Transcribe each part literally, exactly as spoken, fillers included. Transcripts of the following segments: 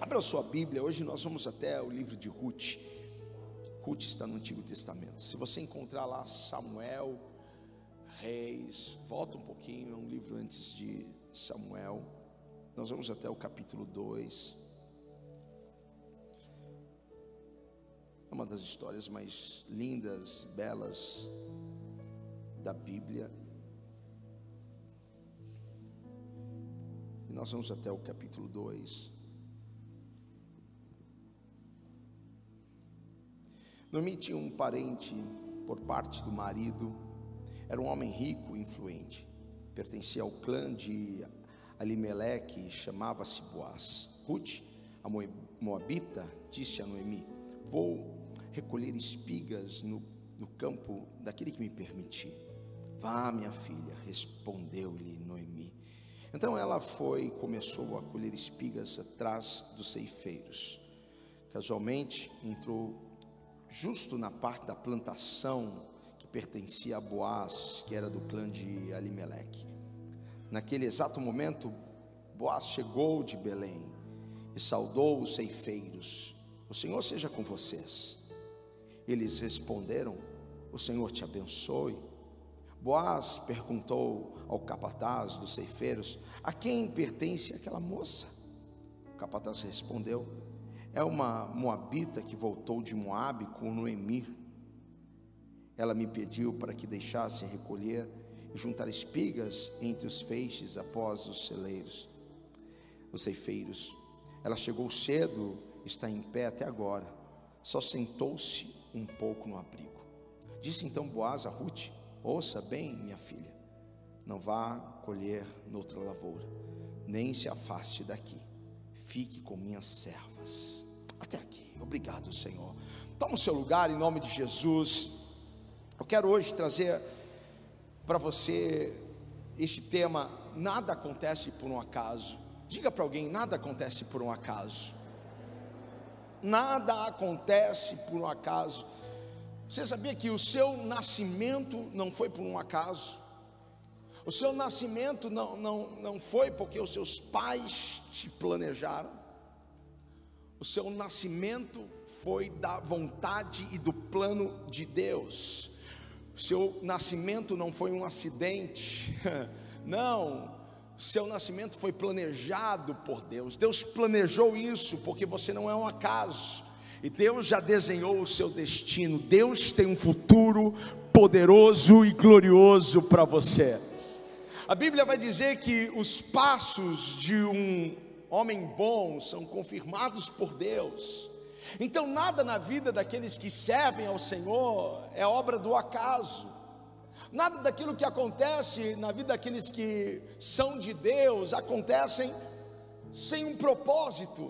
Abra a sua Bíblia, hoje nós vamos até o livro de Ruth. Ruth está no Antigo Testamento. Se você encontrar lá Samuel, Reis, volta um pouquinho, é um livro antes de Samuel. Nós vamos até o capítulo dois. É uma das histórias mais lindas e belas da Bíblia. E nós vamos até o capítulo dois. Noemi tinha um parente por parte do marido. Era um homem rico e influente. Pertencia ao clã de Alimeleque, chamava-se Boaz. Ruth, a moabita, disse a Noemi: vou recolher espigas no, no campo daquele que me permitir. Vá, minha filha, respondeu-lhe Noemi. Então ela foi e começou a colher espigas atrás dos ceifeiros. Casualmente entrou justo na parte da plantação que pertencia a Boaz, que era do clã de Alimeleque. Naquele exato momento, Boaz chegou de Belém e saudou os ceifeiros: o Senhor seja com vocês. Eles responderam: o Senhor te abençoe. Boaz perguntou ao capataz dos ceifeiros: a quem pertence aquela moça? O capataz respondeu: é uma moabita que voltou de Moabe com Noemi. Ela me pediu para que deixasse recolher e juntar espigas entre os feixes após os celeiros, os ceifeiros. Ela chegou cedo, está em pé até agora, só sentou-se um pouco no abrigo. Disse então Boaz a Ruth: ouça bem, minha filha, não vá colher noutra lavoura, nem se afaste daqui, fique com minhas servas. Até aqui. Obrigado, Senhor. Toma o seu lugar em nome de Jesus. Eu quero hoje trazer para você este tema: nada acontece por um acaso. Diga para alguém: nada acontece por um acaso. Nada acontece por um acaso. Você sabia que o seu nascimento não foi por um acaso? O seu nascimento não, não, não foi porque os seus pais te planejaram. O seu nascimento foi da vontade e do plano de Deus. O seu nascimento não foi um acidente. Não, o seu nascimento foi planejado por Deus. Deus planejou isso, porque você não é um acaso. E Deus já desenhou o seu destino. Deus tem um futuro poderoso e glorioso para você. A Bíblia vai dizer que os passos de um homem bom são confirmados por Deus. Então nada na vida daqueles que servem ao Senhor é obra do acaso. Nada daquilo que acontece na vida daqueles que são de Deus acontecem sem um propósito,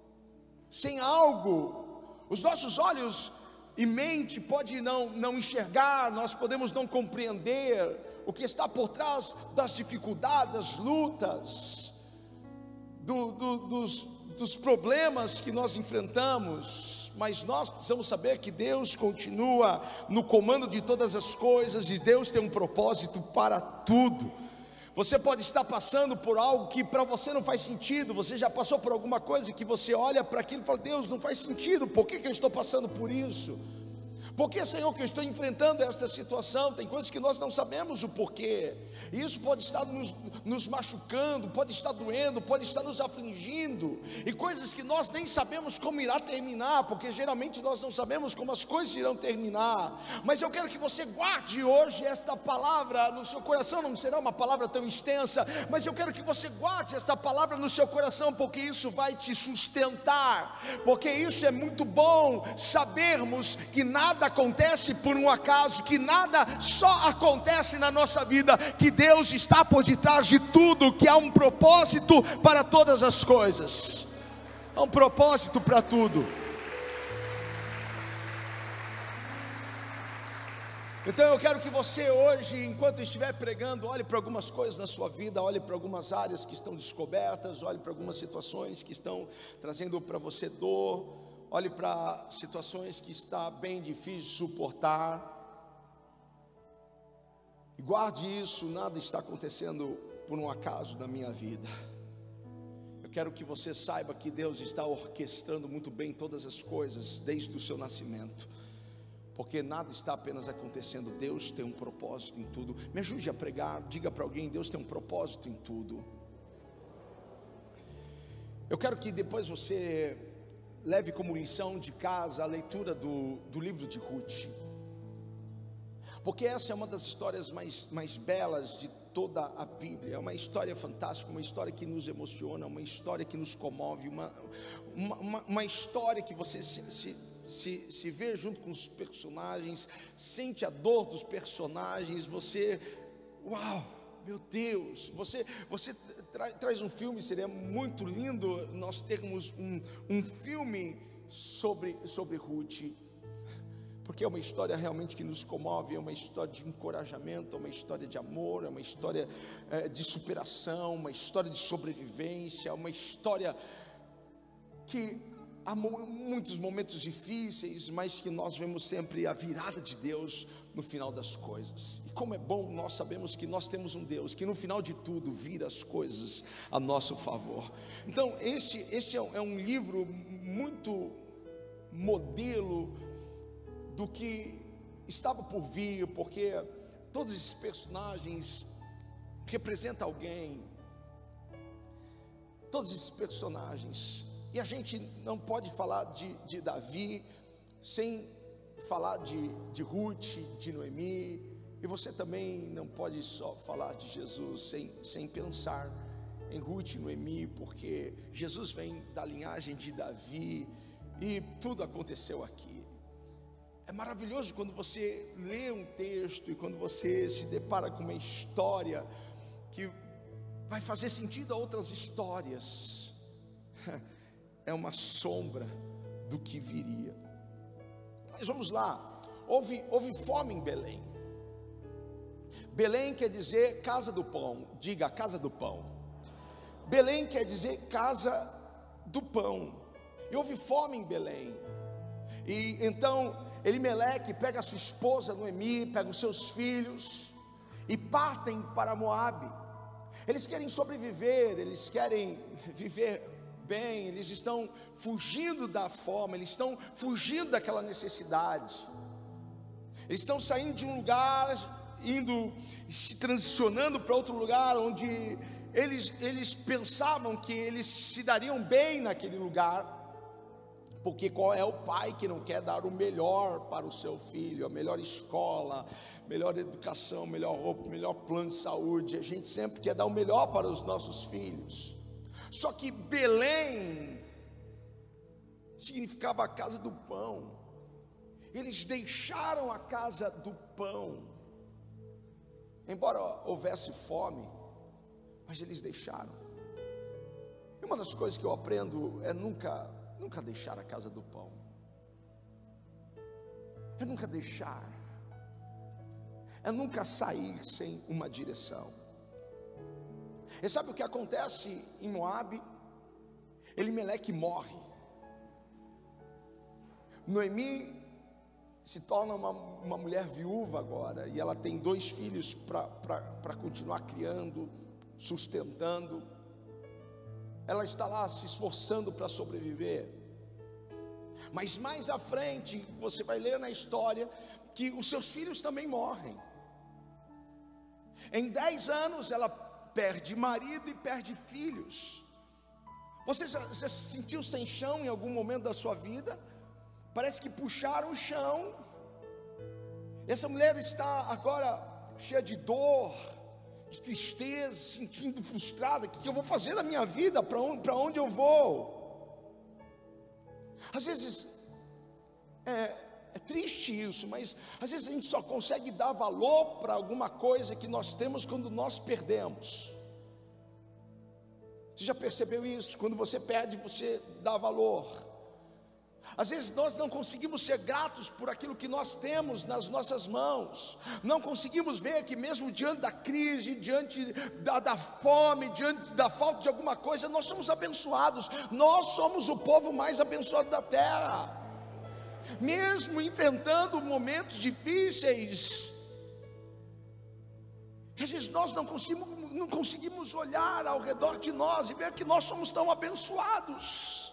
sem algo. Os nossos olhos e mente pode não, não enxergar, nós podemos não compreender o que está por trás das dificuldades, das lutas, Do, do, dos, dos problemas que nós enfrentamos, mas nós precisamos saber que Deus continua no comando de todas as coisas, e Deus tem um propósito para tudo. Você pode estar passando por algo que para você não faz sentido. Você já passou por alguma coisa que você olha para aquilo e fala: Deus, não faz sentido, por que, que eu estou passando por isso? Por que, Senhor, que eu estou enfrentando esta situação? Tem coisas que nós não sabemos o porquê. E isso pode estar nos, nos machucando, pode estar doendo, pode estar nos afligindo. E coisas que nós nem sabemos como irá terminar, porque geralmente nós não sabemos como as coisas irão terminar. Mas eu quero que você guarde hoje esta palavra no seu coração. Não será uma palavra tão extensa, mas eu quero que você guarde esta palavra no seu coração, porque isso vai te sustentar. Porque isso é muito bom, sabermos que nada acontece por um acaso, que nada só acontece na nossa vida, que Deus está por detrás de tudo, que há um propósito para todas as coisas. Há um propósito para tudo. Então eu quero que você hoje, enquanto estiver pregando, olhe para algumas coisas na sua vida, olhe para algumas áreas que estão descobertas, olhe para algumas situações que estão trazendo para você dor, olhe para situações que está bem difícil de suportar, e guarde isso. Nada está acontecendo por um acaso na minha vida. quero que você saiba que Deus está orquestrando muito bem todas as coisas desde o seu nascimento, porque nada está apenas acontecendo. Deus tem um propósito em tudo. Me ajude a pregar, diga para alguém: Deus tem um propósito em tudo. Eu quero que depois você leve como lição de casa a leitura do, do livro de Ruth, porque essa é uma das histórias mais, mais belas de toda a Bíblia. É uma história fantástica, uma história que nos emociona, uma história que nos comove, uma, uma, uma história que você se, se, se, se vê junto com os personagens, sente a dor dos personagens, você, uau, meu Deus, você, você tra, traz um filme. Seria muito lindo nós termos um, um filme sobre, sobre Ruth, porque é uma história realmente que nos comove, é uma história de encorajamento, é uma história de amor, é uma história é, de superação, uma história de sobrevivência, uma história que há muitos momentos difíceis, mas que nós vemos sempre a virada de Deus no final das coisas. E como é bom nós sabemos que nós temos um Deus que no final de tudo vira as coisas a nosso favor. Então este, este é um, é um livro muito modelo do que estava por vir, porque todos esses personagens representam alguém, todos esses personagens, e a gente não pode falar de, de Davi sem falar de, de Ruth, de Noemi, e você também não pode só falar de Jesus sem, sem pensar em Ruth e Noemi, porque Jesus vem da linhagem de Davi, e tudo aconteceu aqui. É maravilhoso quando você lê um texto e quando você se depara com uma história que vai fazer sentido a outras histórias. É uma sombra do que viria. Mas vamos lá. Houve, houve fome em Belém. Belém quer dizer casa do pão. Diga, casa do pão. Belém quer dizer casa do pão. E houve fome em Belém. E então Elimeleque pega a sua esposa Noemi, pega os seus filhos e partem para Moabe. Eles querem sobreviver, eles querem viver bem, eles estão fugindo da fome, eles estão fugindo daquela necessidade. Eles estão saindo de um lugar, indo, se transicionando para outro lugar, onde eles, eles pensavam que eles se dariam bem naquele lugar. Porque qual é o pai que não quer dar o melhor para o seu filho, a melhor escola, melhor educação, melhor roupa, melhor plano de saúde? A gente sempre quer dar o melhor para os nossos filhos. Só que Belém significava a casa do pão. Eles deixaram a casa do pão, embora houvesse fome, mas eles deixaram. E uma das coisas que eu aprendo é nunca Nunca deixar a casa do pão. É nunca deixar. É nunca sair sem uma direção. E sabe o que acontece em Moabe? Elimeleque morre. Noemi se torna uma, uma mulher viúva agora. E ela tem dois filhos para continuar criando, sustentando. Ela está lá se esforçando para sobreviver. Mas mais à frente, você vai ler na história que os seus filhos também morrem. Em dez anos ela perde marido e perde filhos. Você já, já se sentiu sem chão em algum momento da sua vida? Parece que puxaram o chão. Essa mulher está agora cheia de dor, de tristeza, se sentindo frustrada. O que eu vou fazer na minha vida? Para onde, para onde eu vou? Às vezes é, é triste isso, mas às vezes a gente só consegue dar valor para alguma coisa que nós temos quando nós perdemos. Você já percebeu isso? Quando você perde, você dá valor. Às vezes nós não conseguimos ser gratos por aquilo que nós temos nas nossas mãos. Não conseguimos ver que mesmo diante da crise, diante da, da fome, diante da falta de alguma coisa, nós somos abençoados. Nós somos o povo mais abençoado da terra. Mesmo enfrentando momentos difíceis, às vezes nós não conseguimos, não conseguimos olhar ao redor de nós e ver que nós somos tão abençoados.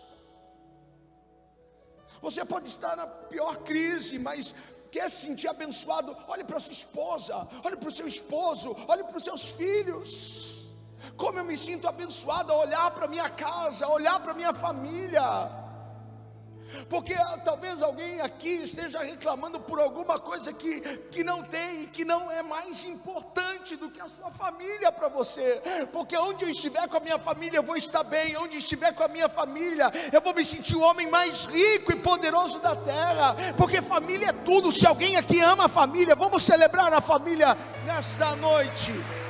Você pode estar na pior crise, mas quer se sentir abençoado? Olhe para sua esposa, olhe para o seu esposo, olhe para os seus filhos. Como eu me sinto abençoado a olhar para minha casa, a olhar para minha família. Porque talvez alguém aqui esteja reclamando por alguma coisa que, que não tem, que não é mais importante do que a sua família para você. Porque onde eu estiver com a minha família eu vou estar bem. Onde estiver com a minha família eu vou me sentir o homem mais rico e poderoso da terra. Porque família é tudo. Se alguém aqui ama a família, vamos celebrar a família nesta noite.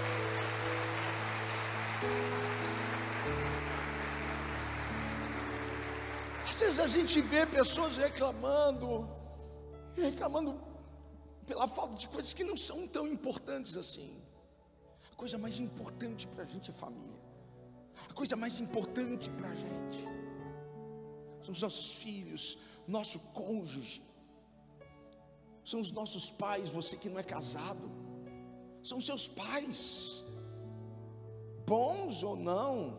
Às vezes a gente vê pessoas reclamando, reclamando pela falta de coisas que não são tão importantes assim. A coisa mais importante para a gente é família. A coisa mais importante para a gente são os nossos filhos, nosso cônjuge, são os nossos pais. Você que não é casado, são os seus pais, bons ou não,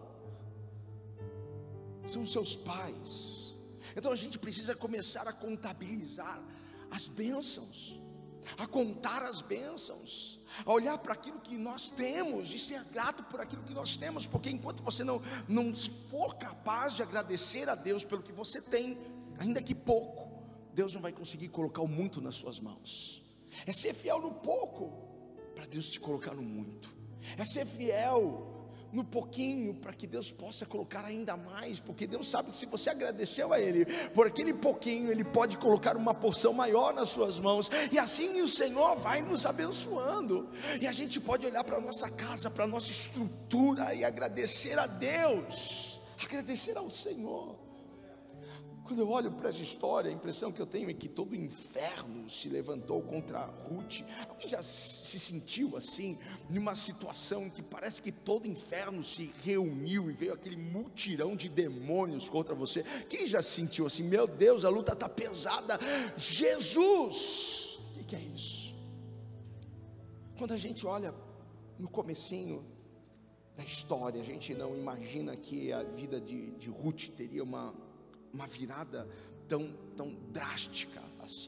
são os seus pais. Então a gente precisa começar a contabilizar as bênçãos, a contar as bênçãos, a olhar para aquilo que nós temos e ser grato por aquilo que nós temos. Porque enquanto você não, não for capaz de agradecer a Deus pelo que você tem, ainda que pouco, Deus não vai conseguir colocar o muito nas suas mãos. É ser fiel no pouco para Deus te colocar no muito. É ser fiel no pouquinho, para que Deus possa colocar ainda mais, porque Deus sabe que se você agradeceu a Ele por aquele pouquinho, Ele pode colocar uma porção maior nas suas mãos, e assim o Senhor vai nos abençoando, e a gente pode olhar para a nossa casa, para a nossa estrutura, e agradecer a Deus, agradecer ao Senhor. Quando eu olho para essa história, a impressão que eu tenho é que todo o inferno se levantou contra Ruth. Alguém já se sentiu assim, numa situação em que parece que todo o inferno se reuniu e veio aquele mutirão de demônios contra você? Quem já se sentiu assim? Meu Deus, a luta está pesada. Jesus, o que, que é isso? Quando a gente olha no comecinho da história, a gente não imagina que a vida de, de Ruth teria uma... uma virada tão, tão drástica assim.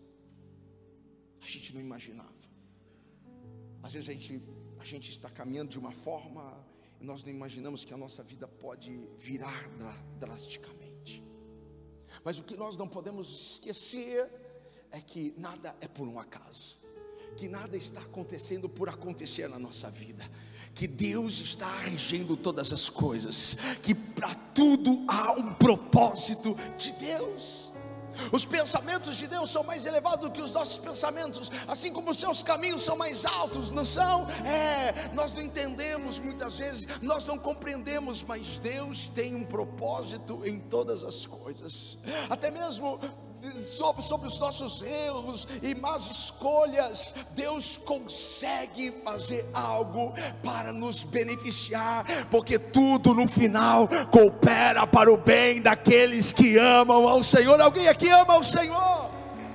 A gente não imaginava. Às vezes a gente, a gente está caminhando de uma forma e nós não imaginamos que a nossa vida pode virar drasticamente. Mas o que nós não podemos esquecer é que nada é por um acaso, que nada está acontecendo por acontecer na nossa vida, que Deus está regendo todas as coisas, que para tudo há um propósito de Deus. Os pensamentos de Deus são mais elevados do que os nossos pensamentos, assim como os seus caminhos são mais altos, não são? É, nós não entendemos muitas vezes, nós não compreendemos, mas Deus tem um propósito em todas as coisas, até mesmo Sobre, sobre os nossos erros e más escolhas, Deus consegue fazer algo para nos beneficiar, porque tudo no final coopera para o bem daqueles que amam ao Senhor. Alguém aqui ama ao Senhor?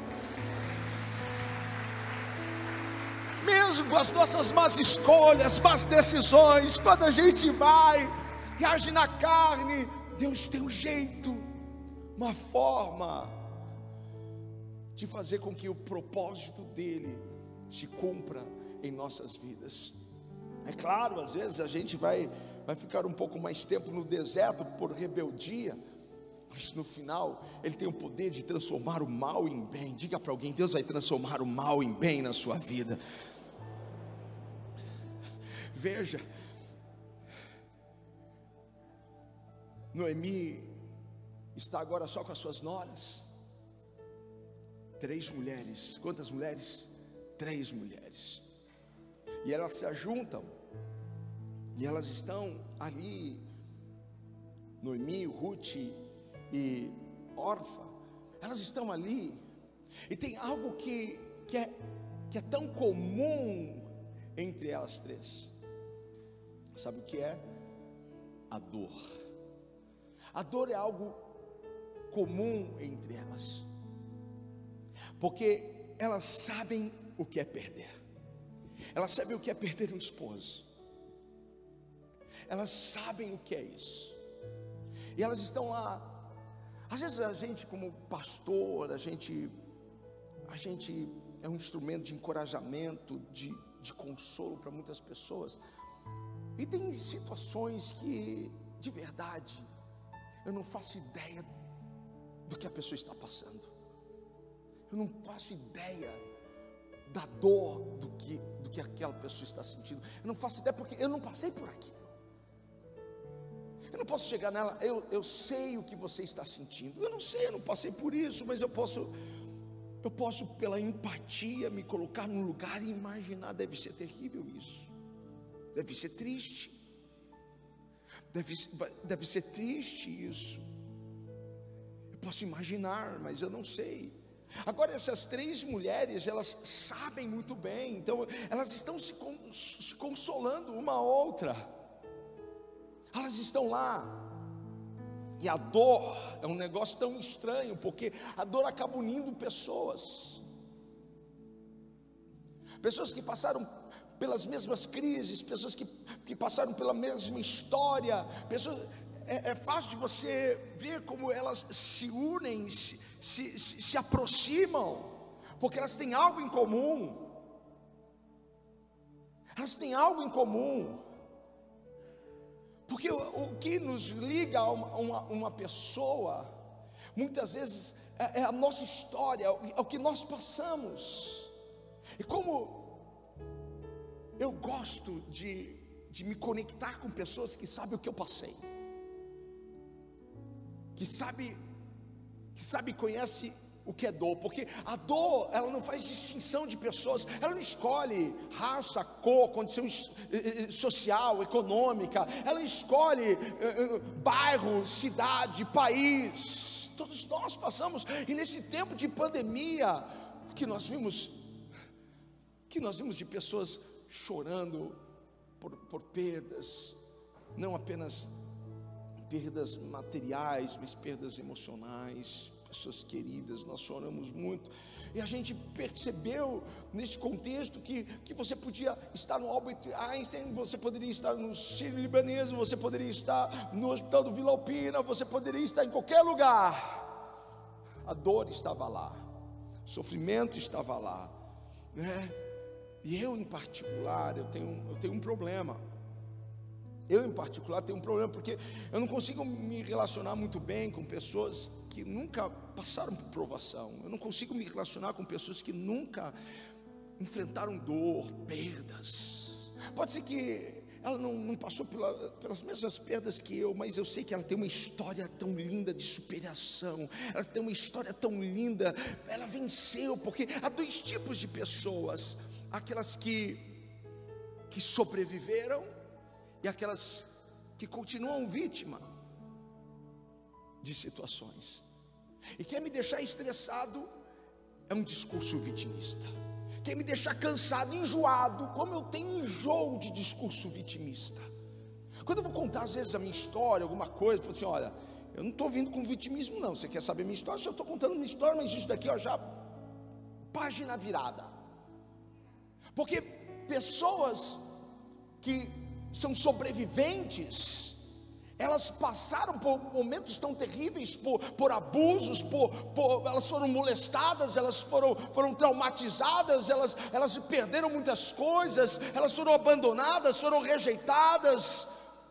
Mesmo com as nossas más escolhas, más decisões, quando a gente vai e age na carne, Deus tem um jeito, uma forma de fazer com que o propósito dele se cumpra em nossas vidas. É claro, às vezes a gente vai, vai ficar um pouco mais tempo no deserto por rebeldia, mas no final ele tem o poder de transformar o mal em bem. Diga para alguém: Deus vai transformar o mal em bem na sua vida. Veja, Noemi está agora só com as suas noras. Três mulheres. Quantas mulheres? Três mulheres. E elas se ajuntam, e elas estão ali, Noemi, Ruth e Orfa. Elas estão ali, e tem algo que, que, é, que é tão comum entre elas três. Sabe o que é? A dor. A dor é algo comum entre elas, porque elas sabem o que é perder. Elas sabem o que é perder um esposo. elas sabem o que é isso, e elas estão lá. Às vezes a gente, como pastor, a gente, a gente é um instrumento de encorajamento, de, de consolo para muitas pessoas, e tem situações que, de verdade, eu não faço ideia do que a pessoa está passando, eu não faço ideia da dor do que, do que aquela pessoa está sentindo, eu não faço ideia porque eu não passei por aquilo. Eu não posso chegar nela, eu, eu sei o que você está sentindo, eu não sei, eu não passei por isso, mas eu posso, eu posso pela empatia me colocar num lugar e imaginar. Deve ser terrível isso, deve ser triste, deve, deve ser triste isso, eu posso imaginar, mas eu não sei. Agora essas três mulheres, elas sabem muito bem, então elas estão se, se consolando uma a outra. Elas estão lá, e a dor é um negócio tão estranho, porque a dor acaba unindo pessoas, pessoas que passaram pelas mesmas crises, pessoas que, que passaram pela mesma história, pessoas, é, é fácil de você ver como elas se unem, se, se, se, se aproximam, porque elas têm algo em comum, elas têm algo em comum. Porque o, o que nos liga a uma, uma, uma pessoa, muitas vezes é, é a nossa história, é o, é o que nós passamos. E como eu gosto de, de me conectar com pessoas que sabem o que eu passei, que sabe, que sabe, conhece o que é dor, porque a dor, ela não faz distinção de pessoas, ela não escolhe raça, cor, condição social, econômica, ela escolhe bairro, cidade, país. Todos nós passamos, e nesse tempo de pandemia, que nós vimos, que nós vimos de pessoas chorando por, por perdas, não apenas perdas materiais, mas perdas emocionais, pessoas queridas. Nós choramos muito, e a gente percebeu neste contexto que, que você podia estar no Albert Einstein, você poderia estar no Sírio-Libanês, você poderia estar no Hospital do Vila Alpina, você poderia estar em qualquer lugar. A dor estava lá, o sofrimento estava lá, né? E eu em particular, eu tenho, eu tenho um problema. Eu em particular tenho um problema, porque eu não consigo me relacionar muito bem com pessoas que nunca passaram por provação. Eu não consigo me relacionar com pessoas que nunca enfrentaram dor, perdas. Pode ser que ela não, não passou pela, pelas mesmas perdas que eu, mas eu sei que ela tem uma história tão linda de superação, ela tem uma história tão linda, ela venceu, porque há dois tipos de pessoas: aquelas que, que sobreviveram, e aquelas que continuam vítima de situações. E quer me deixar estressado é um discurso vitimista. Quer me deixar cansado, enjoado, como eu tenho enjoo de discurso vitimista. Quando eu vou contar às vezes a minha história, alguma coisa, eu falo assim: olha, eu não estou vindo com vitimismo não. Você quer saber minha história? Eu estou contando minha história, mas isso daqui, ó, já página virada. Porque pessoas que são sobreviventes, elas passaram por momentos tão terríveis, por, por abusos, por, por, elas foram molestadas, elas foram, foram traumatizadas, elas, elas perderam muitas coisas, elas foram abandonadas, foram rejeitadas,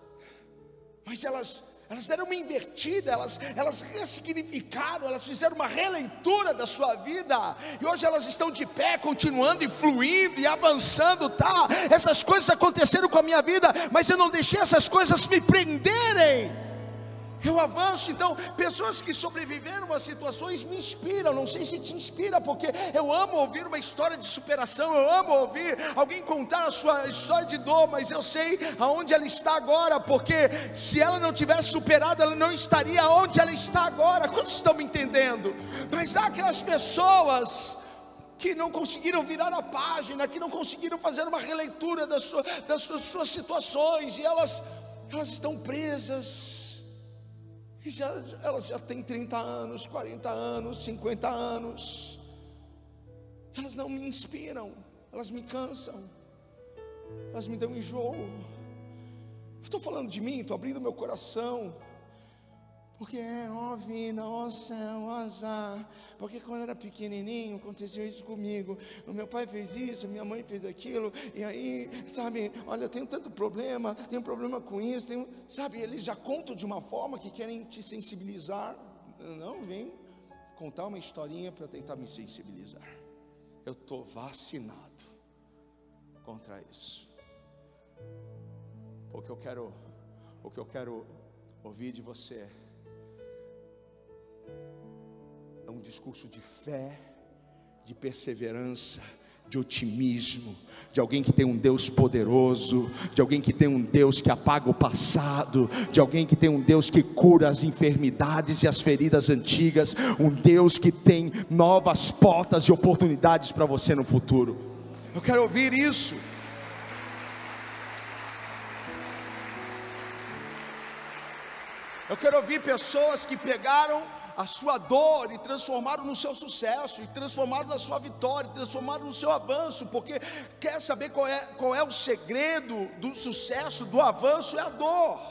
mas elas, elas deram uma invertida, elas, elas ressignificaram, elas fizeram uma releitura da sua vida, e hoje elas estão de pé, continuando e fluindo e avançando, tá? Essas coisas aconteceram com a minha vida, mas eu não deixei essas coisas me prenderem. Eu avanço. Então, pessoas que sobreviveram a situações me inspiram. Não sei se te inspira, porque eu amo ouvir uma história de superação, eu amo ouvir alguém contar a sua história de dor, mas eu sei aonde ela está agora, porque se ela não tivesse superado, ela não estaria onde ela está agora. Quantos estão me entendendo? Mas há aquelas pessoas que não conseguiram virar a página, que não conseguiram fazer uma releitura das suas, das suas, suas situações, e elas, elas estão presas. E já, elas já têm trinta anos, quarenta anos, cinquenta anos. Elas não me inspiram, elas me cansam, elas me dão enjoo. Estou falando de mim, estou abrindo meu coração. Porque é, ó vida, ó céu, ó azar. Porque quando eu era pequenininho, aconteceu isso comigo. O meu pai fez isso, minha mãe fez aquilo. E aí, sabe, olha, eu tenho tanto problema, tenho problema com isso. Tenho, sabe, eles já contam de uma forma que querem te sensibilizar. Não, vem contar uma historinha para tentar me sensibilizar. Eu estou vacinado contra isso. O que eu quero, o que eu quero ouvir de você é um discurso de fé, de perseverança, de otimismo, de alguém que tem um Deus poderoso, de alguém que tem um Deus que apaga o passado, de alguém que tem um Deus que cura as enfermidades e as feridas antigas, um Deus que tem novas portas e oportunidades para você no futuro. Eu quero ouvir isso. Eu quero ouvir pessoas que pegaram a sua dor e transformaram no seu sucesso, e transformaram na sua vitória, e transformaram no seu avanço. Porque quer saber qual é, qual é o segredo do sucesso, do avanço? É a dor.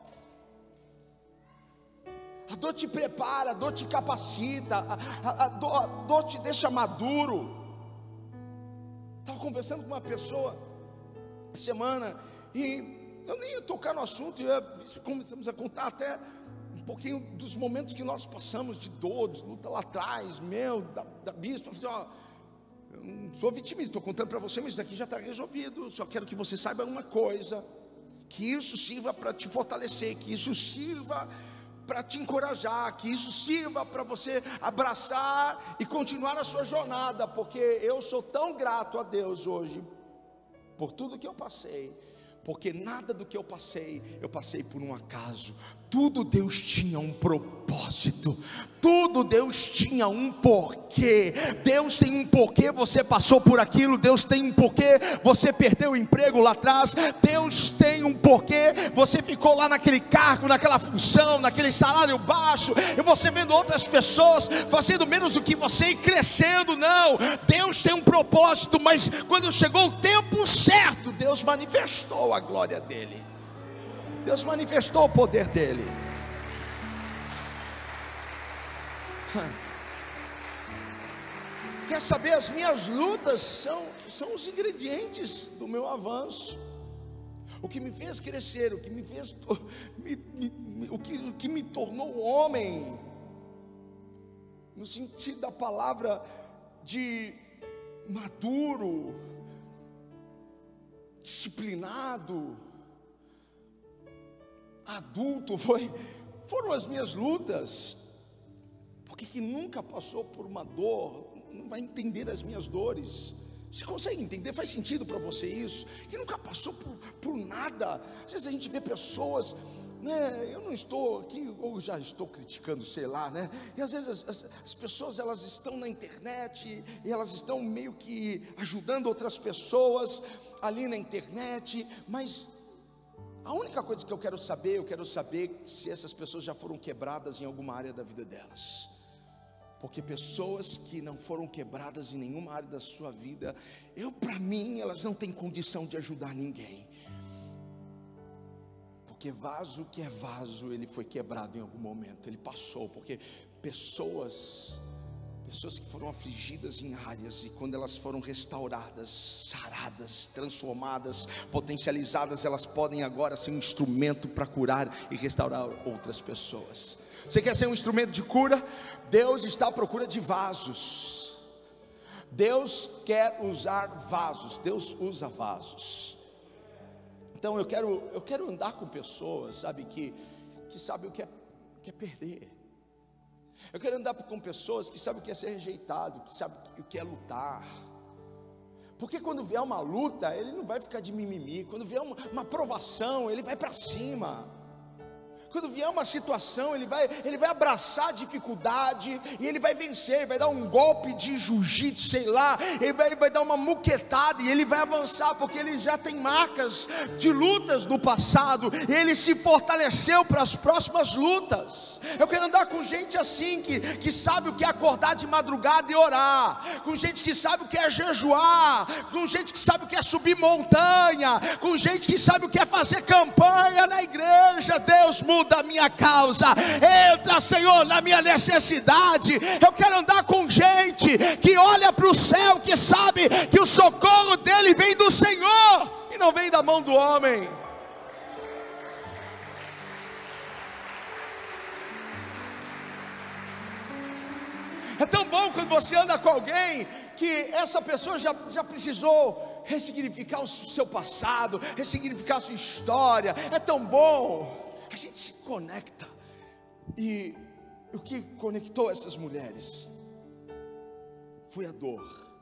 A dor te prepara, a dor te capacita, a, a, a, dor, a dor te deixa maduro. Estava conversando com uma pessoa essa semana, e eu nem ia tocar no assunto, e começamos a contar até um pouquinho dos momentos que nós passamos de dor, de luta lá atrás, meu, da, da bispa. Eu falei, ó, eu não sou vitimista, estou contando para você, mas isso daqui já está resolvido. Só quero que você saiba uma coisa, que isso sirva para te fortalecer, que isso sirva para te encorajar, que isso sirva para você abraçar e continuar a sua jornada, porque eu sou tão grato a Deus hoje por tudo que eu passei, porque nada do que eu passei, eu passei por um acaso. Tudo Deus tinha um propósito, tudo Deus tinha um porquê. Deus tem um porquê você passou por aquilo, Deus tem um porquê você perdeu o emprego lá atrás, Deus tem um porquê você ficou lá naquele cargo, naquela função, naquele salário baixo, e você vendo outras pessoas fazendo menos do que você e crescendo. Não, Deus tem um propósito, mas quando chegou o tempo certo, Deus manifestou a glória dele. Deus manifestou o poder dele. Quer saber? As minhas lutas são, são os ingredientes do meu avanço. O que me fez crescer, o que me fez, me, me, o, que, o que me tornou homem, no sentido da palavra de maduro, disciplinado, adulto, foi, foram as minhas lutas. Porque quem nunca passou por uma dor não vai entender as minhas dores. Você consegue entender? Faz sentido para você isso? Quem nunca passou por, por nada. Às vezes a gente vê pessoas, né, eu não estou aqui, ou já estou criticando, sei lá, né? E às vezes as, as, as pessoas, elas estão na internet, e elas estão meio que ajudando outras pessoas ali na internet, mas a única coisa que eu quero saber, eu quero saber se essas pessoas já foram quebradas em alguma área da vida delas. Porque pessoas que não foram quebradas em nenhuma área da sua vida, eu, para mim, elas não têm condição de ajudar ninguém. Porque vaso que é vaso, ele foi quebrado em algum momento, ele passou. Porque pessoas, pessoas que foram afligidas em áreas, e quando elas foram restauradas, saradas, transformadas, potencializadas, elas podem agora ser um instrumento para curar e restaurar outras pessoas. Você quer ser um instrumento de cura? Deus está à procura de vasos. Deus quer usar vasos. Deus usa vasos. Então eu quero, eu quero andar com pessoas, sabe, que, que sabem o que é, que é perder. Eu quero andar com pessoas que sabem o que é ser rejeitado, que sabem o que é lutar. Porque quando vier uma luta, ele não vai ficar de mimimi. Quando vier uma, uma provação, ele vai para cima. Quando vier uma situação, ele vai, ele vai abraçar a dificuldade e ele vai vencer, ele vai dar um golpe de jiu-jitsu, sei lá, ele vai, ele vai dar uma muquetada e ele vai avançar, porque ele já tem marcas de lutas no passado, e ele se fortaleceu para as próximas lutas. Eu quero andar com gente assim, que, que sabe o que é acordar de madrugada e orar, com gente que sabe o que é jejuar, com gente que sabe o que é subir montanha, com gente que sabe o que é fazer campanha na igreja. Deus muda da minha causa, entra, Senhor, na minha necessidade. Eu quero andar com gente que olha para o céu, que sabe que o socorro dele vem do Senhor e não vem da mão do homem. É tão bom quando você anda com alguém que essa pessoa já, já precisou ressignificar o seu passado, ressignificar a sua história. É tão bom. A gente se conecta. E o que conectou essas mulheres foi a dor.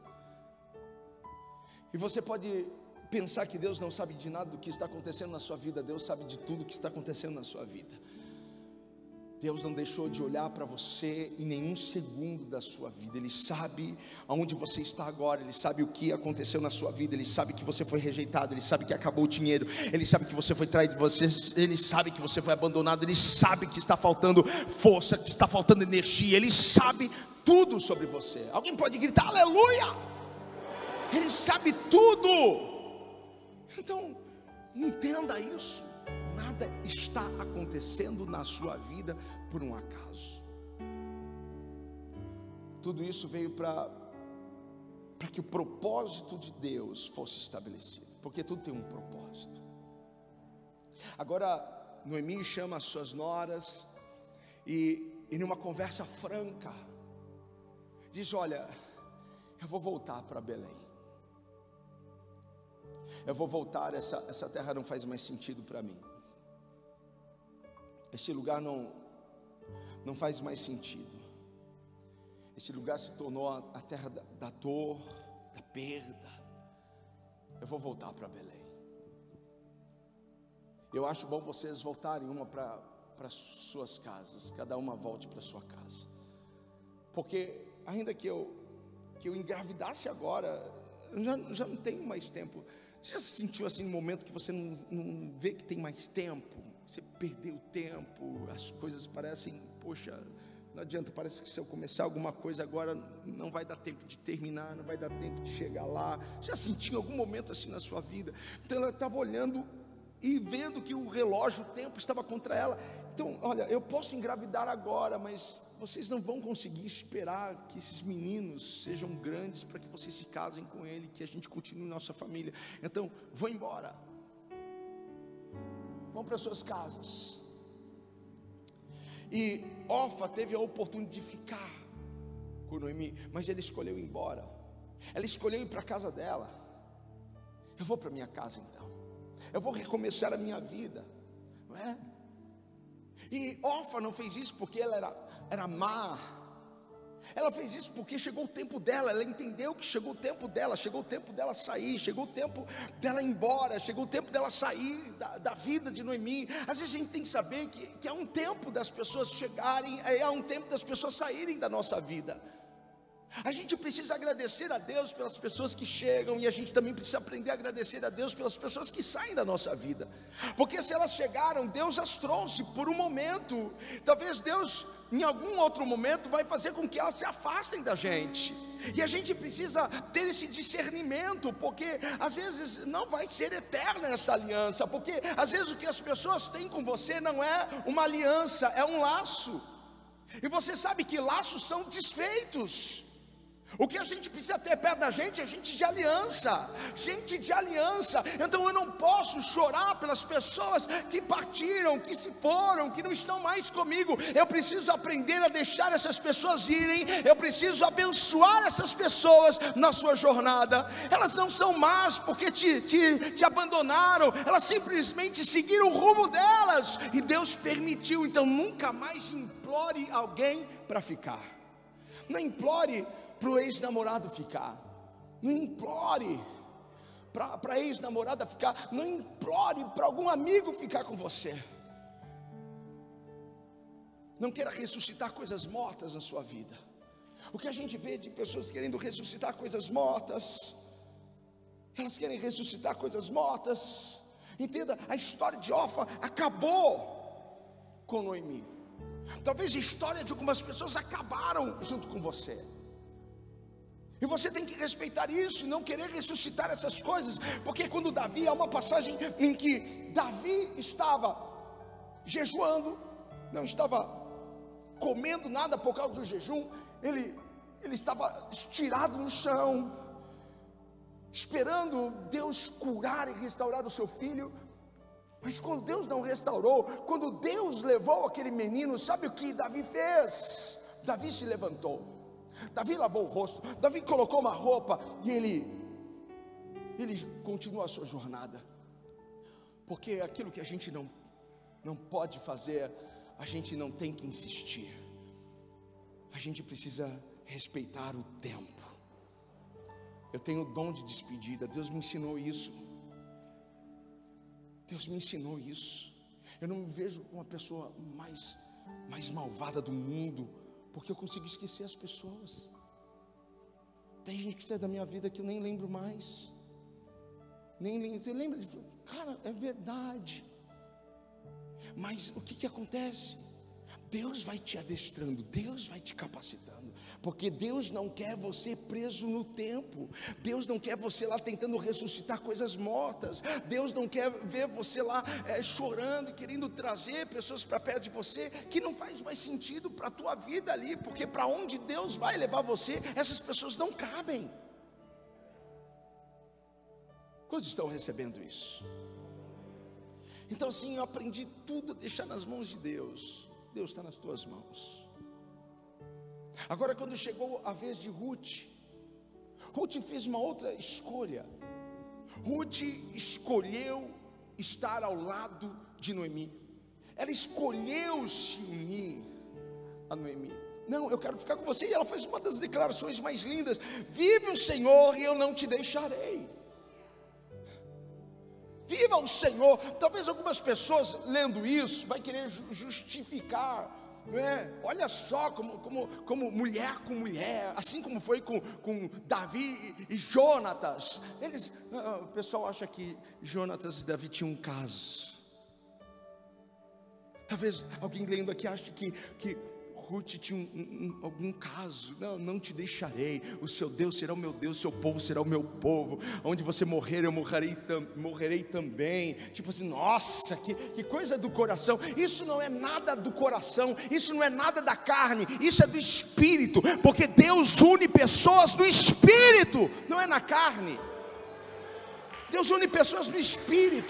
E você pode pensar que Deus não sabe de nada do que está acontecendo na sua vida. Deus sabe de tudo que está acontecendo na sua vida. Deus não deixou de olhar para você em nenhum segundo da sua vida. Ele sabe aonde você está agora. Ele sabe o que aconteceu na sua vida. Ele sabe que você foi rejeitado. Ele sabe que acabou o dinheiro. Ele sabe que você foi traído. Você, ele sabe que você foi abandonado. Ele sabe que está faltando força, que está faltando energia. Ele sabe tudo sobre você. Alguém pode gritar aleluia? Ele sabe tudo. Então, entenda isso. Nada está acontecendo na sua vida por um acaso. Tudo isso veio para para que o propósito de Deus fosse estabelecido, porque tudo tem um propósito. Agora Noemi chama as suas noras e, e numa conversa franca diz: olha, eu vou voltar para Belém. Eu vou voltar, essa, essa terra não faz mais sentido para mim. Este lugar não, não faz mais sentido. Este lugar se tornou a, a terra da, da dor, da perda. Eu vou voltar para Belém. Eu acho bom vocês voltarem uma para para suas casas. Cada uma volte para sua casa. Porque ainda que eu, que eu engravidasse agora, eu já, já não tenho mais tempo. Você já se sentiu assim no momento que você não, não vê que tem mais tempo? Você perdeu tempo, as coisas parecem, poxa, não adianta, parece que se eu começar alguma coisa agora, não vai dar tempo de terminar, não vai dar tempo de chegar lá. Você já sentiu algum momento assim na sua vida? Então ela estava olhando e vendo que o relógio, o tempo estava contra ela. Então, olha, eu posso engravidar agora, mas vocês não vão conseguir esperar que esses meninos sejam grandes para que vocês se casem com ele, que a gente continue nossa família. Então, vou embora. Vão para suas casas. E Orfa teve a oportunidade de ficar com Noemi, mas ela escolheu ir embora. Ela escolheu ir para a casa dela. Eu vou para minha casa então. Eu vou recomeçar a minha vida, não é? E Orfa não fez isso porque ela era, era má. Ela fez isso porque chegou o tempo dela. Ela entendeu que chegou o tempo dela. Chegou o tempo dela sair. Chegou o tempo dela ir embora. Chegou o tempo dela sair da, da vida de Noemi. Às vezes a gente tem que saber que, que há um tempo das pessoas chegarem, há um tempo das pessoas saírem da nossa vida. A gente precisa agradecer a Deus pelas pessoas que chegam, e a gente também precisa aprender a agradecer a Deus pelas pessoas que saem da nossa vida. Porque se elas chegaram, Deus as trouxe por um momento. Talvez Deus em algum outro momento vai fazer com que elas se afastem da gente. E a gente precisa ter esse discernimento, porque às vezes não vai ser eterna essa aliança. Porque às vezes o que as pessoas têm com você não é uma aliança, é um laço. E você sabe que laços são desfeitos. O que a gente precisa ter perto da gente é gente de aliança, gente de aliança. Então eu não posso chorar pelas pessoas que partiram, que se foram, que não estão mais comigo. Eu preciso aprender a deixar essas pessoas irem. Eu preciso abençoar essas pessoas na sua jornada. Elas não são más porque te, te, te abandonaram. Elas simplesmente seguiram o rumo delas, e Deus permitiu. Então nunca mais implore alguém para ficar. Não implore para o ex-namorado ficar. Não implore para a ex-namorada ficar. Não implore para algum amigo ficar com você. Não queira ressuscitar coisas mortas na sua vida. O que a gente vê de pessoas querendo ressuscitar coisas mortas, elas querem ressuscitar coisas mortas. Entenda, a história de Orfa acabou com Noemi. Talvez a história de algumas pessoas acabaram junto com você. E você tem que respeitar isso e não querer ressuscitar essas coisas. Porque quando Davi, há uma passagem em que Davi estava jejuando, não estava comendo nada por causa do jejum, ele, ele estava estirado no chão, esperando Deus curar e restaurar o seu filho. Mas quando Deus não restaurou, quando Deus levou aquele menino, sabe o que Davi fez? Davi se levantou, Davi lavou o rosto, Davi colocou uma roupa e ele, ele continuou a sua jornada. Porque aquilo que a gente não, não pode fazer, a gente não tem que insistir. A gente precisa respeitar o tempo. Eu tenho o dom de despedida, Deus me ensinou isso. Deus me ensinou isso. Eu não me vejo como a pessoa mais, mais malvada do mundo, porque eu consigo esquecer as pessoas. Tem gente que sai da minha vida que eu nem lembro mais. Nem lembro. Você lembra? Cara, é verdade. Mas o que que acontece? Deus vai te adestrando, Deus vai te capacitando, porque Deus não quer você preso no tempo. Deus não quer você lá tentando ressuscitar coisas mortas. Deus não quer ver você lá é, chorando e querendo trazer pessoas para perto de você, que não faz mais sentido para a tua vida ali, porque para onde Deus vai levar você, essas pessoas não cabem. Quantos estão recebendo isso? Então assim, eu aprendi tudo a deixar nas mãos de Deus. Deus está nas tuas mãos. Agora, quando chegou a vez de Ruth, Ruth fez uma outra escolha. Ruth escolheu estar ao lado de Noemi. Ela escolheu se unir a Noemi. Não, eu quero ficar com você. E ela fez uma das declarações mais lindas: vive o Senhor e eu não te deixarei. Viva o Senhor. Talvez algumas pessoas lendo isso vai querer justificar, não é? Olha só como, como, como mulher com mulher, assim como foi com, com Davi e, e Jonatas. Eles, o pessoal acha que Jonatas e Davi tinham um caso. Talvez alguém lendo aqui ache que, que Ruth tinha um, um, algum caso. Não, não te deixarei. O seu Deus será o meu Deus, o seu povo será o meu povo. Onde você morrer, eu morrerei, tam, morrerei também. Tipo assim, nossa, que, que coisa do coração. Isso não é nada do coração, isso não é nada da carne, isso é do Espírito. Porque Deus une pessoas no Espírito, não é na carne. Deus une pessoas no Espírito.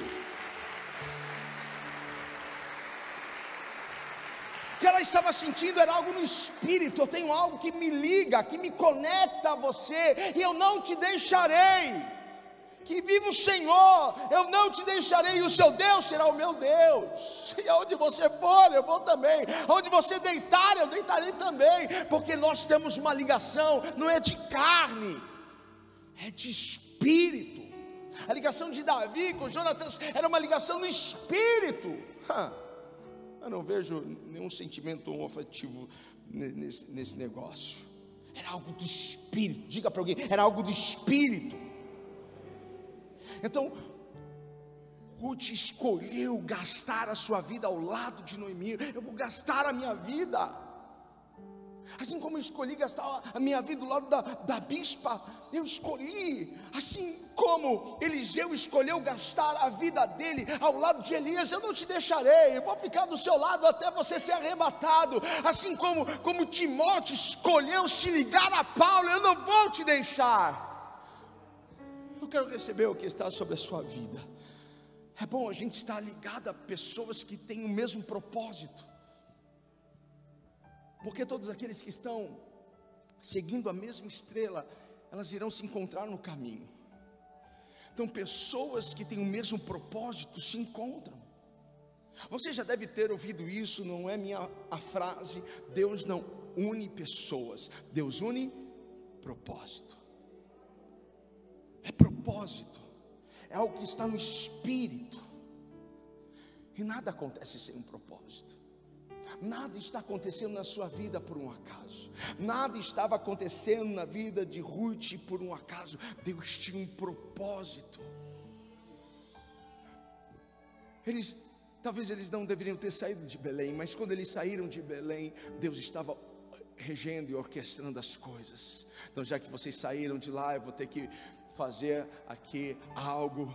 O que ela estava sentindo era algo no Espírito. Eu tenho algo que me liga, que me conecta a você, e eu não te deixarei. Que viva o Senhor, eu não te deixarei, e o seu Deus será o meu Deus. E aonde você for, eu vou também. Aonde você deitar, eu deitarei também. Porque nós temos uma ligação, não é de carne, é de Espírito. A ligação de Davi com Jonatas era uma ligação no Espírito. Eu não vejo nenhum sentimento afetivo nesse, nesse negócio. Era algo do Espírito. Diga para alguém, era algo do Espírito. Então Ruth escolheu gastar a sua vida ao lado de Noemi. Eu vou gastar a minha vida, assim como eu escolhi gastar a minha vida do lado da, da bispa. Eu escolhi, assim como Eliseu escolheu gastar a vida dele ao lado de Elias. Eu não te deixarei, eu vou ficar do seu lado até você ser arrebatado. Assim como, como Timóteo escolheu se ligar a Paulo, eu não vou te deixar. Eu quero receber o que está sobre a sua vida. É bom a gente estar ligado a pessoas que têm o mesmo propósito, porque todos aqueles que estão seguindo a mesma estrela, elas irão se encontrar no caminho. Então pessoas que têm o mesmo propósito se encontram. Você já deve ter ouvido isso, não é minha a frase: Deus não une pessoas, Deus une propósito. É propósito, é algo que está no Espírito. E nada acontece sem um propósito. Nada está acontecendo na sua vida por um acaso. Nada estava acontecendo na vida de Ruth por um acaso. Deus tinha um propósito. Eles, talvez eles não deveriam ter saído de Belém, mas quando eles saíram de Belém, Deus estava regendo e orquestrando as coisas. Então, já que vocês saíram de lá, eu vou ter que fazer aqui algo.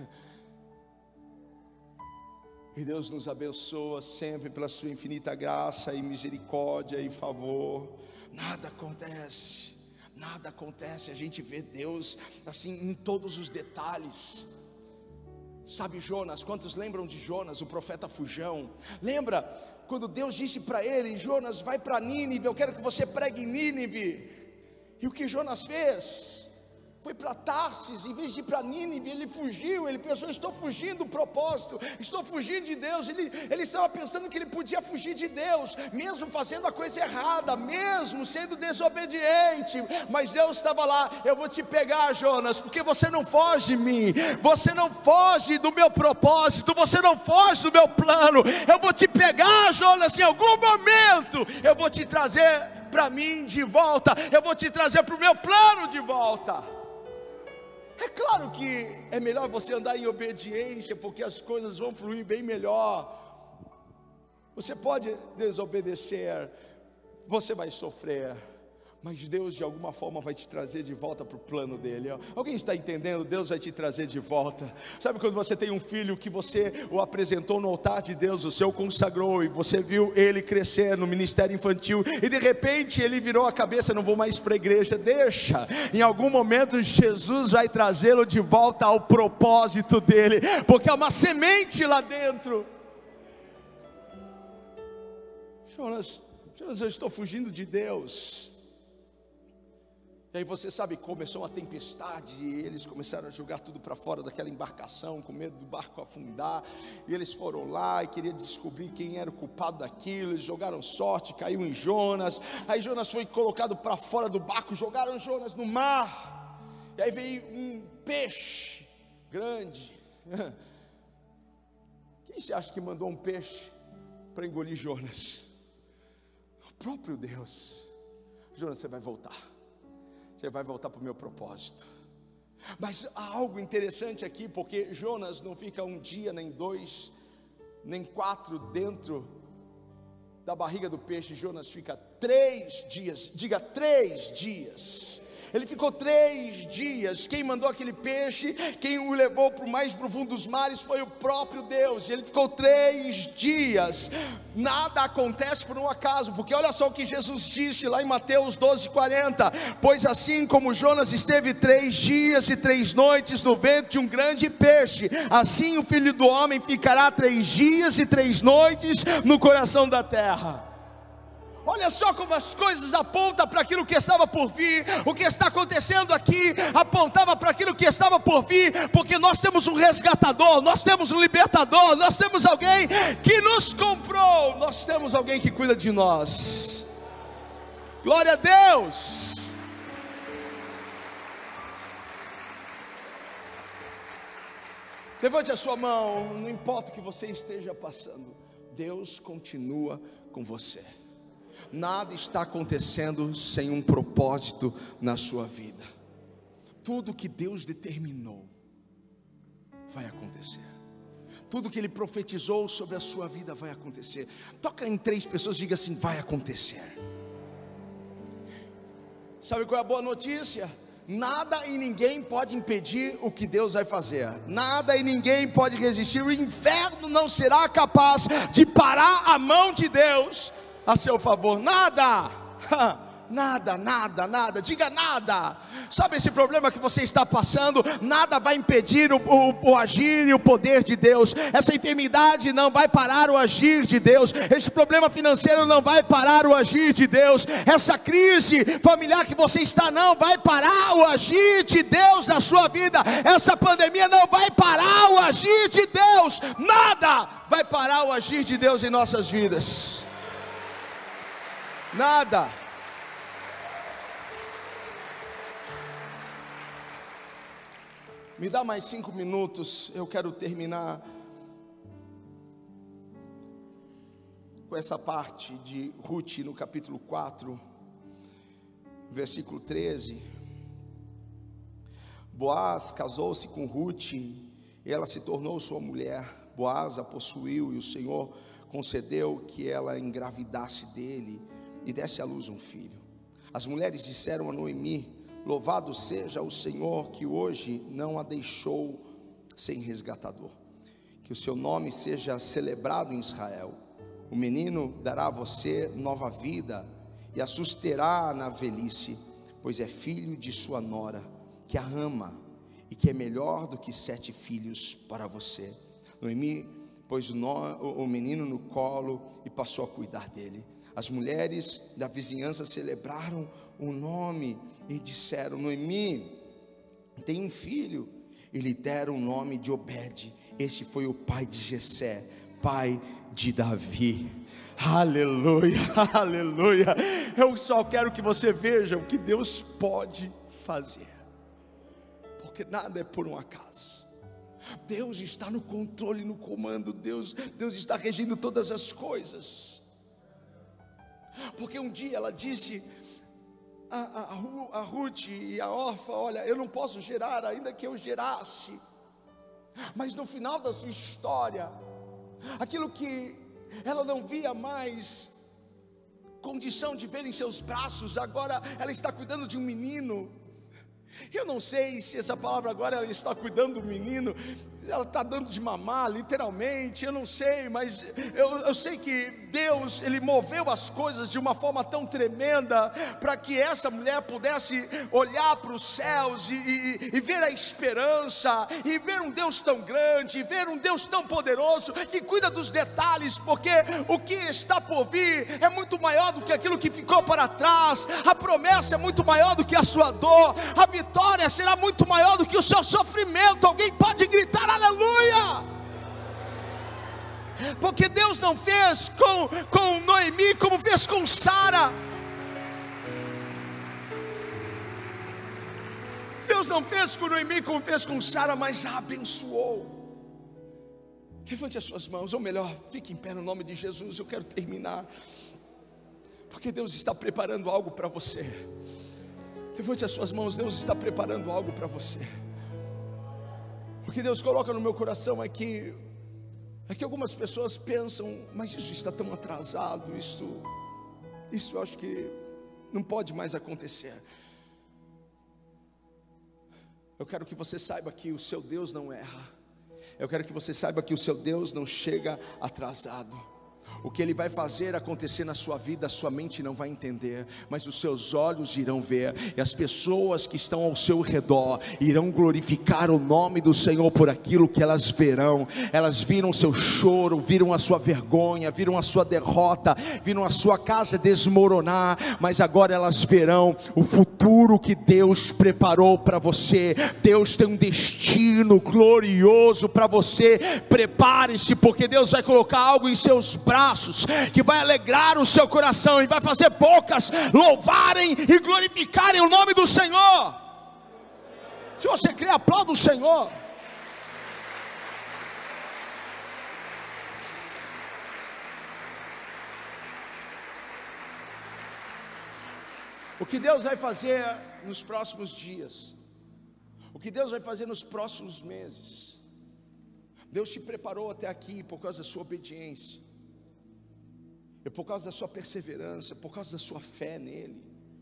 E Deus nos abençoa sempre pela sua infinita graça e misericórdia e favor. Nada acontece, nada acontece. A gente vê Deus assim em todos os detalhes. Sabe Jonas, quantos lembram de Jonas, o profeta fujão? Lembra quando Deus disse para ele: Jonas, vai para Nínive, eu quero que você pregue em Nínive. E o que Jonas fez? Foi para Tarsis, em vez de ir para Nínive. Ele fugiu, ele pensou: estou fugindo do propósito, estou fugindo de Deus. Ele, ele estava pensando que ele podia fugir de Deus, mesmo fazendo a coisa errada, mesmo sendo desobediente. Mas Deus estava lá: eu vou te pegar, Jonas, porque você não foge de mim, você não foge do meu propósito, você não foge do meu plano. Eu vou te pegar, Jonas, em algum momento eu vou te trazer para mim de volta, eu vou te trazer para o meu plano de volta. É claro que é melhor você andar em obediência, porque as coisas vão fluir bem melhor. Você pode desobedecer, você vai sofrer, mas Deus de alguma forma vai te trazer de volta para o plano dele. Alguém está entendendo? Deus vai te trazer de volta. Sabe quando você tem um filho que você o apresentou no altar de Deus, o seu consagrou, e você viu ele crescer no ministério infantil, e de repente ele virou a cabeça: não vou mais para a igreja. Deixa, em algum momento Jesus vai trazê-lo de volta ao propósito dele, porque há uma semente lá dentro. Jonas, Jonas, eu estou fugindo de Deus. E aí você sabe, começou uma tempestade, e eles começaram a jogar tudo para fora daquela embarcação, com medo do barco afundar. E eles foram lá e queriam descobrir quem era o culpado daquilo. Eles jogaram sorte, caiu em Jonas. Aí Jonas foi colocado para fora do barco, jogaram Jonas no mar. E aí veio um peixe grande. Quem você acha que mandou um peixe para engolir Jonas? O próprio Deus. Jonas, você vai voltar. Você vai voltar para o meu propósito. Mas há algo interessante aqui, porque Jonas não fica um dia, nem dois, nem quatro dentro da barriga do peixe. Jonas fica três dias, diga três dias. Ele ficou três dias. Quem mandou aquele peixe, quem o levou para o mais profundo dos mares, foi o próprio Deus. E ele ficou três dias. Nada acontece por um acaso, porque olha só o que Jesus disse lá em Mateus doze, quarenta: pois assim como Jonas esteve três dias e três noites no ventre de um grande peixe, assim o Filho do Homem ficará três dias e três noites no coração da terra. Olha só como as coisas apontam para aquilo que estava por vir. O que está acontecendo aqui apontava para aquilo que estava por vir, porque nós temos um resgatador, nós temos um libertador, nós temos alguém que nos comprou, nós temos alguém que cuida de nós. Glória a Deus. Levante a sua mão. Não importa o que você esteja passando, Deus continua com você. Nada está acontecendo sem um propósito na sua vida. Tudo que Deus determinou vai acontecer. Tudo que Ele profetizou sobre a sua vida vai acontecer. Toca em três pessoas e diga assim: vai acontecer. Sabe qual é a boa notícia? Nada e ninguém pode impedir o que Deus vai fazer. Nada e ninguém pode resistir. O inferno não será capaz de parar a mão de Deus a seu favor. Nada, nada, nada, nada, diga nada. Sabe esse problema que você está passando? Nada vai impedir o, o, o agir e o poder de Deus. Essa enfermidade não vai parar o agir de Deus. Esse problema financeiro não vai parar o agir de Deus. Essa crise familiar que você está não vai parar o agir de Deus na sua vida. Essa pandemia não vai parar o agir de Deus. Nada vai parar o agir de Deus em nossas vidas. Nada. Me dá mais cinco minutos, eu quero terminar com essa parte de Ruth no capítulo quatro, versículo treze. Boaz casou-se com Ruth e ela se tornou sua mulher. Boaz a possuiu e o Senhor concedeu que ela engravidasse dele e desse à luz um filho. As mulheres disseram a Noemi: louvado seja o Senhor que hoje não a deixou sem resgatador. Que o seu nome seja celebrado em Israel. O menino dará a você nova vida e a susterá na velhice, pois é filho de sua nora, que a ama e que é melhor do que sete filhos para você. Noemi pôs o, no, o menino no colo e passou a cuidar dele. As mulheres da vizinhança celebraram o nome e disseram: Noemi tem um filho, e lhe deram o nome de Obed. Este foi o pai de Jessé, pai de Davi. Aleluia, aleluia. Eu só quero que você veja o que Deus pode fazer, porque nada é por um acaso. Deus está no controle, no comando. Deus, Deus está regindo todas as coisas. Porque um dia ela disse a, a, a Ruth e a Orfa: olha, eu não posso gerar, ainda que eu gerasse. Mas no final da sua história, aquilo que ela não via mais condição de ver em seus braços, agora ela está cuidando de um menino. Eu não sei se essa palavra agora ela está cuidando do menino, ela está dando de mamar, literalmente, eu não sei, mas eu, eu sei que Deus, Ele moveu as coisas de uma forma tão tremenda, para que essa mulher pudesse olhar para os céus e, e, e ver a esperança, e ver um Deus tão grande, e ver um Deus tão poderoso, que cuida dos detalhes, porque o que está por vir é muito maior do que aquilo que ficou para trás. A promessa é muito maior do que a sua dor, a vitória será muito maior do que o seu sofrimento. Alguém pode gritar aleluia? Porque Deus não fez com, com Noemi como fez com Sara. Deus não fez com Noemi como fez com Sara, mas a abençoou. Levante as suas mãos, ou melhor, fique em pé no nome de Jesus. Eu quero terminar, porque Deus está preparando algo para você. Levante as suas mãos, Deus está preparando algo para você. O que Deus coloca no meu coração é que, é que algumas pessoas pensam: mas isso está tão atrasado, isso, isso eu acho que não pode mais acontecer. Eu quero que você saiba que o seu Deus não erra. Eu quero que você saiba que o seu Deus não chega atrasado. O que Ele vai fazer acontecer na sua vida, a sua mente não vai entender, mas os seus olhos irão ver, e as pessoas que estão ao seu redor irão glorificar o nome do Senhor por aquilo que elas verão. Elas viram o seu choro, viram a sua vergonha, viram a sua derrota, viram a sua casa desmoronar, mas agora elas verão o futuro que Deus preparou para você. Deus tem um destino glorioso para você. Prepare-se, porque Deus vai colocar algo em seus braços que vai alegrar o seu coração e vai fazer bocas louvarem e glorificarem o nome do Senhor. Se você crê, aplauda o Senhor. O que Deus vai fazer nos próximos dias, o que Deus vai fazer nos próximos meses, Deus te preparou até aqui por causa da sua obediência, e por causa da sua perseverança, por causa da sua fé nele.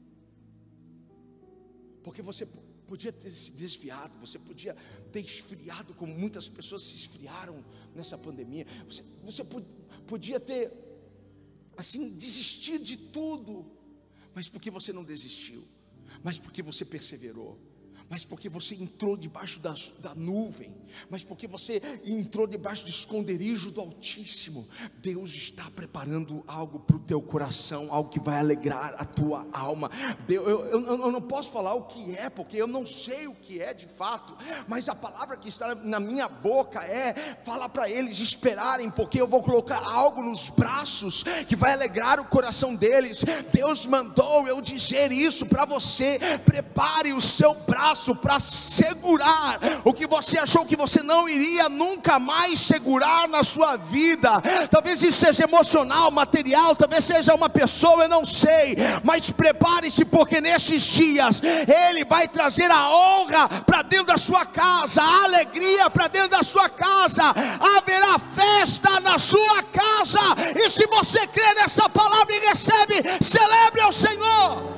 Porque você podia ter se desviado, você podia ter esfriado, como muitas pessoas se esfriaram nessa pandemia. Você, você podia ter assim desistido de tudo, mas porque você não desistiu, mas porque você perseverou, mas porque você entrou debaixo da, da nuvem, mas porque você entrou debaixo do esconderijo do Altíssimo. Deus está preparando algo para o teu coração, algo que vai alegrar a tua alma. Deus, eu, eu, eu não posso falar o que é, porque eu não sei o que é de fato, mas a palavra que está na minha boca é: fala para eles esperarem, porque eu vou colocar algo nos braços que vai alegrar o coração deles. Deus mandou eu dizer isso para você: prepare o seu braço braço para segurar o que você achou que você não iria nunca mais segurar na sua vida. Talvez isso seja emocional, material, talvez seja uma pessoa, eu não sei, mas prepare-se, porque nesses dias Ele vai trazer a honra para dentro da sua casa, a alegria para dentro da sua casa, haverá festa na sua casa. E se você crê nessa palavra e recebe, celebre ao Senhor.